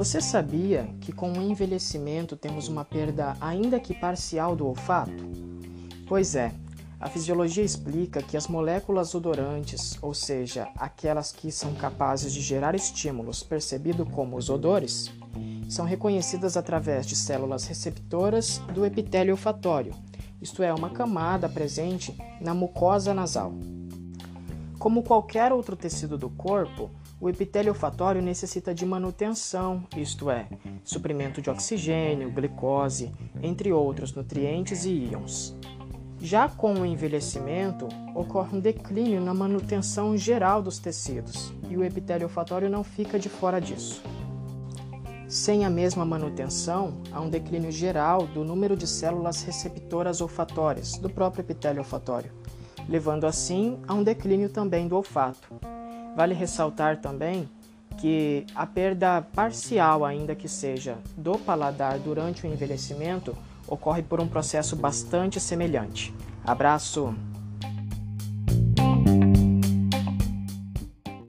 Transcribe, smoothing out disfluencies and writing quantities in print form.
Você sabia que com o envelhecimento temos uma perda ainda que parcial do olfato? Pois é, a fisiologia explica que as moléculas odorantes, ou seja, aquelas que são capazes de gerar estímulos percebidos como os odores, são reconhecidas através de células receptoras do epitélio olfatório, isto é, uma camada presente na mucosa nasal. Como qualquer outro tecido do corpo, o epitélio olfatório necessita de manutenção, isto é, suprimento de oxigênio, glicose, entre outros nutrientes e íons. Já com o envelhecimento, ocorre um declínio na manutenção geral dos tecidos, e o epitélio olfatório não fica de fora disso. Sem a mesma manutenção, há um declínio geral do número de células receptoras olfatórias do próprio epitélio olfatório, levando assim a um declínio também do olfato. Vale ressaltar também que a perda parcial, ainda que seja, do paladar durante o envelhecimento ocorre por um processo bastante semelhante. Abraço!